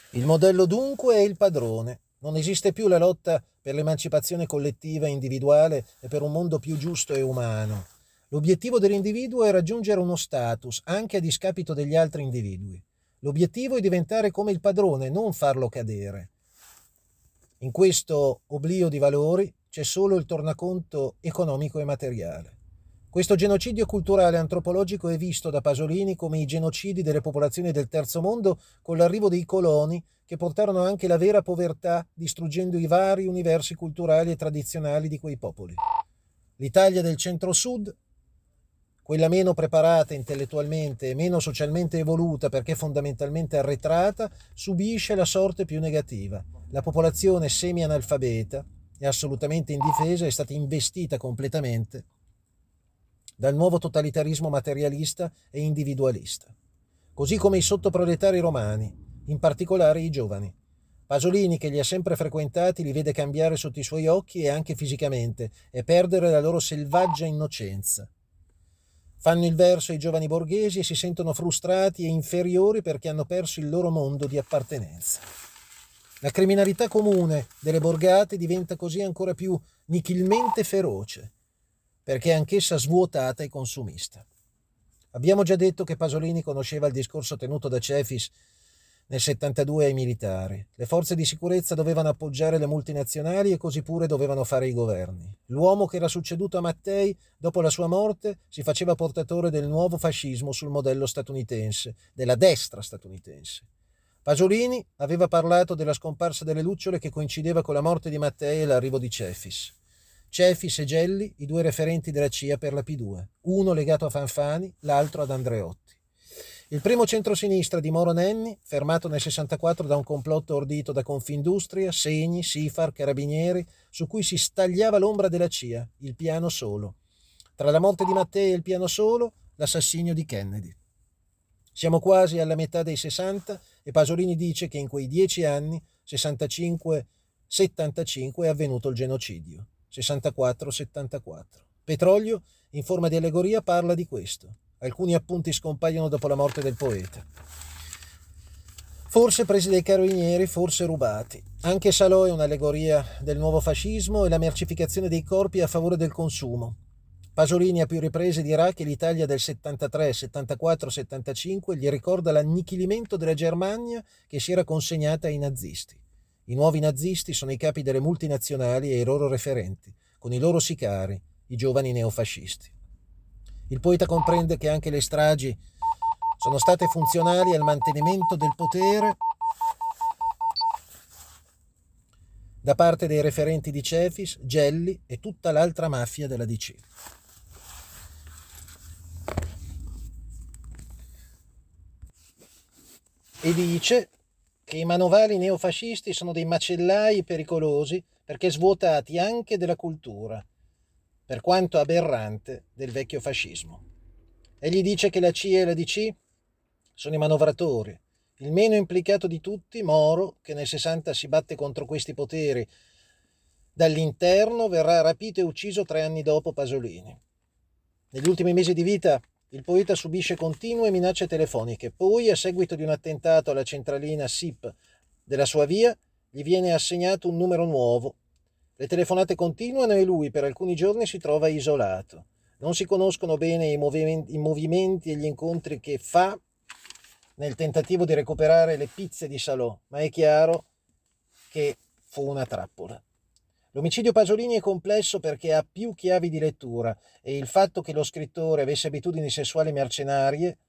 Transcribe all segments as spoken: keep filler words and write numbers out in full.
Il modello dunque è il padrone. Non esiste più la lotta per l'emancipazione collettiva e individuale e per un mondo più giusto e umano. L'obiettivo dell'individuo è raggiungere uno status, anche a discapito degli altri individui. L'obiettivo è diventare come il padrone, non farlo cadere. In questo oblio di valori c'è solo il tornaconto economico e materiale. Questo genocidio culturale e antropologico è visto da Pasolini come i genocidi delle popolazioni del terzo mondo con l'arrivo dei coloni che portarono anche la vera povertà distruggendo i vari universi culturali e tradizionali di quei popoli. L'Italia del centro-sud, quella meno preparata intellettualmente e meno socialmente evoluta perché fondamentalmente arretrata, subisce la sorte più negativa. La popolazione semi-analfabeta e assolutamente indifesa è stata investita completamente dal nuovo totalitarismo materialista e individualista, così come i sottoproletari romani, in particolare i giovani. Pasolini, che li ha sempre frequentati, li vede cambiare sotto i suoi occhi e anche fisicamente e perdere la loro selvaggia innocenza. Fanno il verso ai giovani borghesi e si sentono frustrati e inferiori perché hanno perso il loro mondo di appartenenza. La criminalità comune delle borgate diventa così ancora più nichilmente feroce, perché è anch'essa svuotata e consumista. Abbiamo già detto che Pasolini conosceva il discorso tenuto da Cefis nel settantadue ai militari. Le forze di sicurezza dovevano appoggiare le multinazionali e così pure dovevano fare i governi. L'uomo che era succeduto a Mattei, dopo la sua morte, si faceva portatore del nuovo fascismo sul modello statunitense, della destra statunitense. Pasolini aveva parlato della scomparsa delle lucciole che coincideva con la morte di Mattei e l'arrivo di Cefis. Cefis e Gelli, i due referenti della C I A per la P due, uno legato a Fanfani, l'altro ad Andreotti. Il primo centrosinistra di Moro Nenni, fermato nel sessantaquattro da un complotto ordito da Confindustria, Segni, Sifar, Carabinieri, su cui si stagliava l'ombra della C I A, il piano solo. Tra la morte di Mattei e il piano solo, l'assassinio di Kennedy. Siamo quasi alla metà dei sessanta e Pasolini dice che in quei dieci anni, sessantacinque settantacinque, è avvenuto il genocidio. sessantaquattro settantaquattro. Petrolio, in forma di allegoria, parla di questo. Alcuni appunti scompaiono dopo la morte del poeta. Forse presi dai carabinieri, forse rubati. Anche Salò è un'allegoria del nuovo fascismo e la mercificazione dei corpi a favore del consumo. Pasolini a più riprese dirà che l'Italia del settantatré, settantaquattro, settantacinque gli ricorda l'annichilimento della Germania che si era consegnata ai nazisti. I nuovi nazisti sono i capi delle multinazionali e i loro referenti, con i loro sicari, i giovani neofascisti. Il poeta comprende che anche le stragi sono state funzionali al mantenimento del potere da parte dei referenti di Cefis, Gelli e tutta l'altra mafia della D C. E dice che i manovali neofascisti sono dei macellai pericolosi perché svuotati anche della cultura, per quanto aberrante, del vecchio fascismo. Egli dice che la C I A e la D C sono i manovratori. Il meno implicato di tutti, Moro, che nel sessanta si batte contro questi poteri dall'interno, verrà rapito e ucciso tre anni dopo Pasolini. Negli ultimi mesi di vita il poeta subisce continue minacce telefoniche, poi a seguito di un attentato alla centralina S I P della sua via gli viene assegnato un numero nuovo. Le telefonate continuano e lui per alcuni giorni si trova isolato. Non si conoscono bene i movimenti, i movimenti e gli incontri che fa nel tentativo di recuperare le pizze di Salò, ma è chiaro che fu una trappola. L'omicidio Pasolini è complesso perché ha più chiavi di lettura e il fatto che lo scrittore avesse abitudini sessuali mercenarie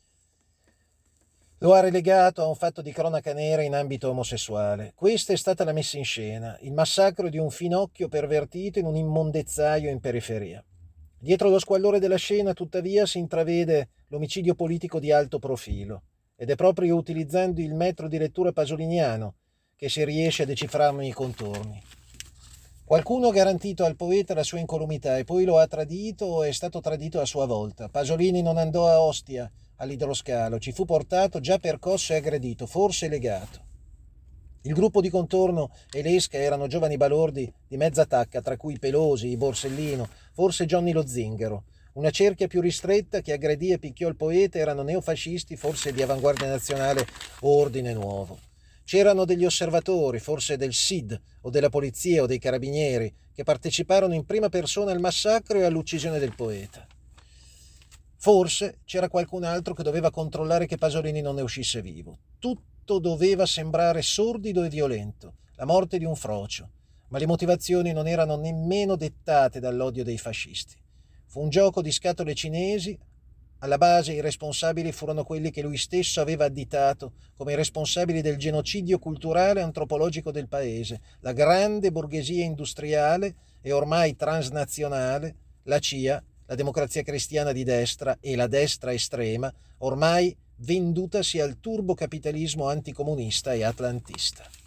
lo ha relegato a un fatto di cronaca nera in ambito omosessuale. Questa è stata la messa in scena, il massacro di un finocchio pervertito in un immondezzaio in periferia. Dietro lo squallore della scena, tuttavia, si intravede l'omicidio politico di alto profilo ed è proprio utilizzando il metro di lettura pasoliniano che si riesce a decifrarne i contorni. Qualcuno ha garantito al poeta la sua incolumità e poi lo ha tradito o è stato tradito a sua volta. Pasolini non andò a Ostia all'idroscalo, ci fu portato già percosso e aggredito, forse legato. Il gruppo di contorno e l'Esca erano giovani balordi di mezza tacca, tra cui Pelosi, i Borsellino, forse Johnny lo Zingaro. Una cerchia più ristretta che aggredì e picchiò il poeta erano neofascisti, forse di Avanguardia Nazionale o Ordine Nuovo. C'erano degli osservatori, forse del S I D o della polizia o dei carabinieri, che parteciparono in prima persona al massacro e all'uccisione del poeta. Forse c'era qualcun altro che doveva controllare che Pasolini non ne uscisse vivo. Tutto doveva sembrare sordido e violento, la morte di un frocio, ma le motivazioni non erano nemmeno dettate dall'odio dei fascisti. Fu un gioco di scatole cinesi. Alla base i responsabili furono quelli che lui stesso aveva additato come i responsabili del genocidio culturale e antropologico del paese, la grande borghesia industriale e ormai transnazionale, la C I A, la democrazia cristiana di destra e la destra estrema, ormai vendutasi al turbocapitalismo anticomunista e atlantista.